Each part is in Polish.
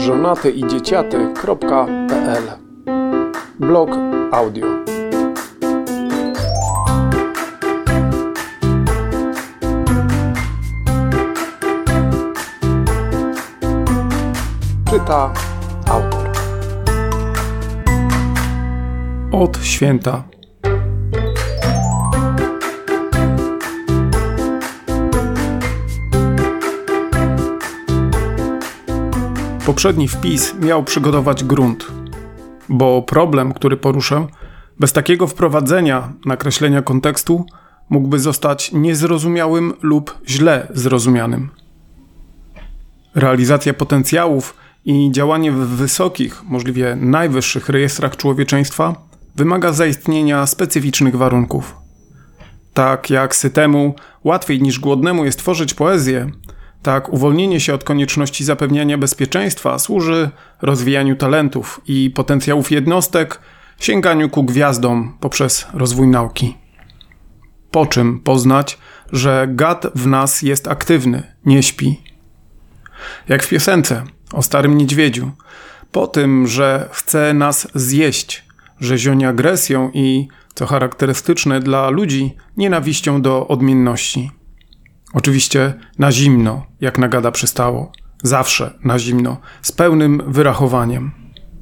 żonatyidzieciaty.pl. Blog audio. Czyta autor. Od święta. Poprzedni wpis miał przygotować grunt, bo problem, który poruszę, bez takiego wprowadzenia, nakreślenia kontekstu, mógłby zostać niezrozumiałym lub źle zrozumianym. Realizacja potencjałów i działanie w wysokich, możliwie najwyższych rejestrach człowieczeństwa wymaga zaistnienia specyficznych warunków. Tak jak sytemu łatwiej niż głodnemu jest tworzyć poezję, tak uwolnienie się od konieczności zapewniania bezpieczeństwa służy rozwijaniu talentów i potencjałów jednostek, sięganiu ku gwiazdom poprzez rozwój nauki. Po czym poznać, że gad w nas jest aktywny, nie śpi? Jak w piosence o starym niedźwiedziu, po tym, że chce nas zjeść, że zionie agresją i, co charakterystyczne dla ludzi, nienawiścią do odmienności. Oczywiście na zimno, jak na gada przystało. Zawsze na zimno, z pełnym wyrachowaniem.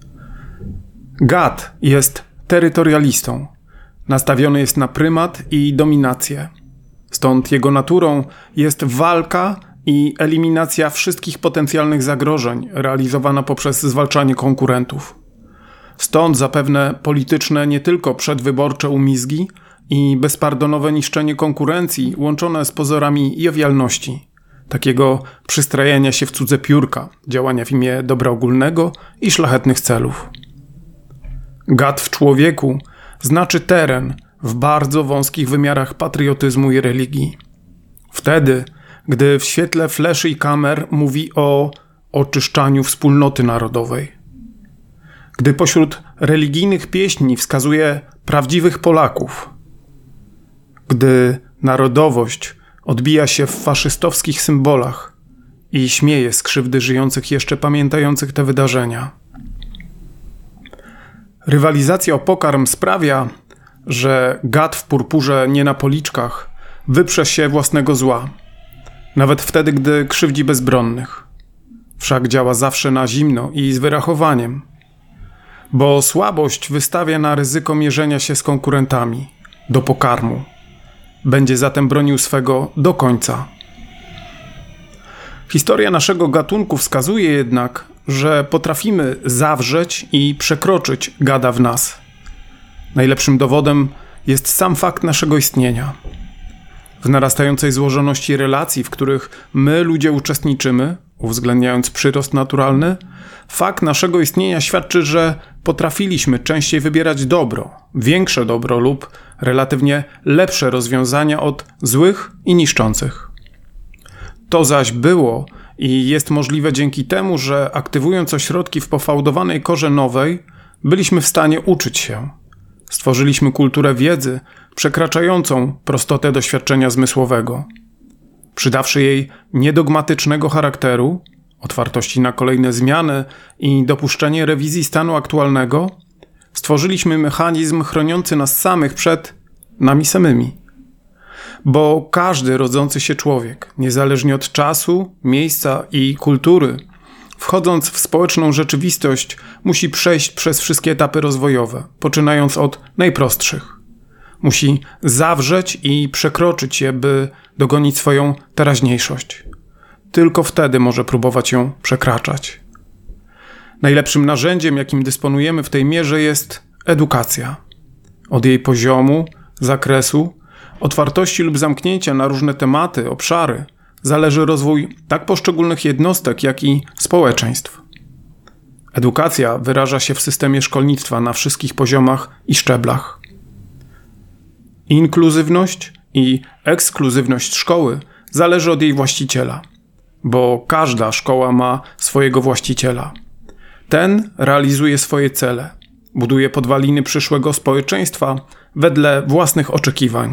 Gad jest terytorialistą. Nastawiony jest na prymat i dominację. Stąd jego naturą jest walka i eliminacja wszystkich potencjalnych zagrożeń realizowana poprzez zwalczanie konkurentów. Stąd zapewne polityczne nie tylko przedwyborcze umizgi i bezpardonowe niszczenie konkurencji łączone z pozorami jowialności, takiego przystrajania się w cudze piórka, działania w imię dobra ogólnego i szlachetnych celów. Gad w człowieku znaczy teren w bardzo wąskich wymiarach patriotyzmu i religii. Wtedy, gdy w świetle fleszy i kamer mówi o oczyszczaniu wspólnoty narodowej. Gdy pośród religijnych pieśni wskazuje prawdziwych Polaków. Gdy narodowość odbija się w faszystowskich symbolach i śmieje z krzywdy żyjących jeszcze pamiętających te wydarzenia. Rywalizacja o pokarm sprawia, że gad w purpurze nie na policzkach wyprze się własnego zła. Nawet wtedy, gdy krzywdzi bezbronnych. Wszak działa zawsze na zimno i z wyrachowaniem. Bo słabość wystawia na ryzyko mierzenia się z konkurentami do pokarmu. Będzie zatem bronił swego do końca. Historia naszego gatunku wskazuje jednak, że potrafimy zawrzeć i przekroczyć gada w nas. Najlepszym dowodem jest sam fakt naszego istnienia. W narastającej złożoności relacji, w których my, ludzie, uczestniczymy, uwzględniając przyrost naturalny, fakt naszego istnienia świadczy, że potrafiliśmy częściej wybierać dobro, większe dobro lub relatywnie lepsze rozwiązania od złych i niszczących. To zaś było i jest możliwe dzięki temu, że aktywując ośrodki w pofałdowanej korze nowej, byliśmy w stanie uczyć się. Stworzyliśmy kulturę wiedzy przekraczającą prostotę doświadczenia zmysłowego. Przydawszy jej niedogmatycznego charakteru, otwartości na kolejne zmiany i dopuszczenie rewizji stanu aktualnego, stworzyliśmy mechanizm chroniący nas samych przed nami samymi. Bo każdy rodzący się człowiek, niezależnie od czasu, miejsca i kultury, wchodząc w społeczną rzeczywistość, musi przejść przez wszystkie etapy rozwojowe, poczynając od najprostszych. Musi zawrzeć i przekroczyć je, by dogonić swoją teraźniejszość. Tylko wtedy może próbować ją przekraczać. Najlepszym narzędziem, jakim dysponujemy w tej mierze, jest edukacja. Od jej poziomu, zakresu, otwartości lub zamknięcia na różne tematy, obszary zależy rozwój tak poszczególnych jednostek, jak i społeczeństw. Edukacja wyraża się w systemie szkolnictwa na wszystkich poziomach i szczeblach. Inkluzywność i ekskluzywność szkoły zależy od jej właściciela, bo każda szkoła ma swojego właściciela. Ten realizuje swoje cele, buduje podwaliny przyszłego społeczeństwa wedle własnych oczekiwań.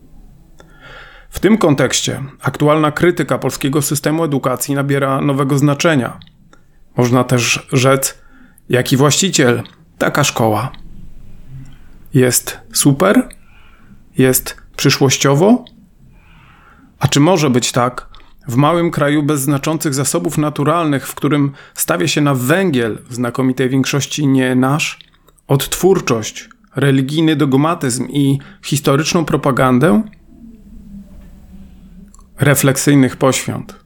W tym kontekście aktualna krytyka polskiego systemu edukacji nabiera nowego znaczenia. Można też rzec, jaki właściciel, taka szkoła. Jest super? Jest przyszłościowo? A czy może być tak, w małym kraju bez znaczących zasobów naturalnych, w którym stawia się na węgiel, w znakomitej większości nie nasz, odtwórczość, religijny dogmatyzm i historyczną propagandę? Refleksyjnych poświąt.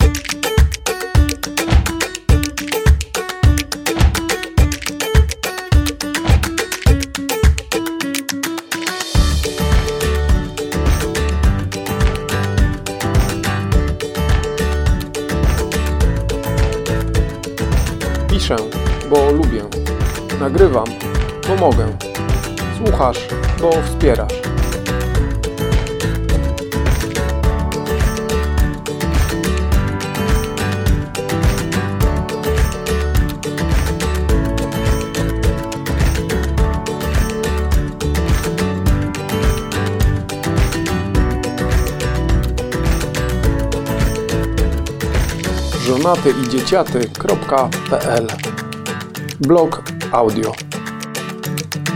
Piszę, bo lubię. Nagrywam, bo mogę. Słuchasz, bo wspierasz. żonatyidzieciaty.pl Blog audio.